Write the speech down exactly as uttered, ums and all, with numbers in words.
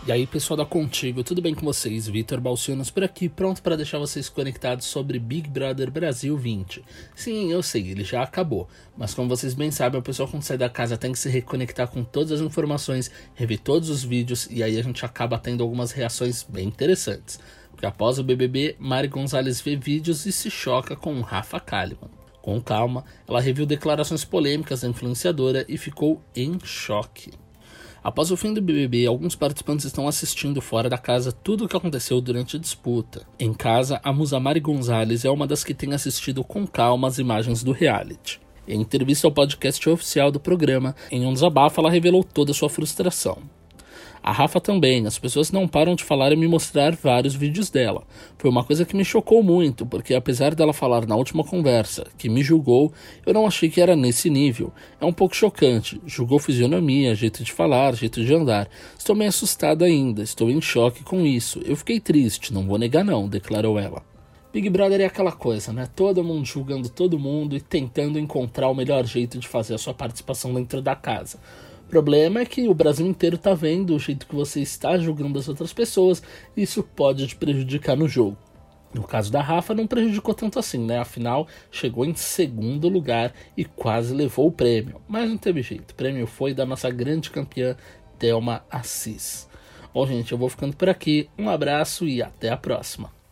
E aí pessoal da Contigo, tudo bem com vocês? Vitor Balciunas por aqui, pronto para deixar vocês conectados sobre Big Brother Brasil vinte. Sim, eu sei, ele já acabou, mas como vocês bem sabem, o pessoal quando sai da casa tem que se reconectar com todas as informações, rever todos os vídeos, e aí a gente acaba tendo algumas reações bem interessantes. Porque após o B B B, Mari Gonzalez vê vídeos e se choca com Rafa Kalimann. Com calma, ela reviu declarações polêmicas da influenciadora e ficou em choque. Após o fim do B B B, alguns participantes estão assistindo fora da casa tudo o que aconteceu durante a disputa. Em casa, a musa Mari Gonzalez é uma das que tem assistido com calma as imagens do reality. Em entrevista ao podcast oficial do programa, em um desabafo ela revelou toda a sua frustração. A Rafa também, as pessoas não param de falar e me mostrar vários vídeos dela. Foi uma coisa que me chocou muito, porque apesar dela falar na última conversa que me julgou, eu não achei que era nesse nível. É um pouco chocante, julgou fisionomia, jeito de falar, jeito de andar. Estou meio assustada ainda, estou em choque com isso. Eu fiquei triste, não vou negar não, declarou ela. Big Brother é aquela coisa, né? Todo mundo julgando todo mundo e tentando encontrar o melhor jeito de fazer a sua participação dentro da casa. O problema é que o Brasil inteiro tá vendo o jeito que você está julgando as outras pessoas e isso pode te prejudicar no jogo. No caso da Rafa não prejudicou tanto assim, né? Afinal, chegou em segundo lugar e quase levou o prêmio. Mas não teve jeito, o prêmio foi da nossa grande campeã Thelma Assis. Bom gente, eu vou ficando por aqui, um abraço e até a próxima.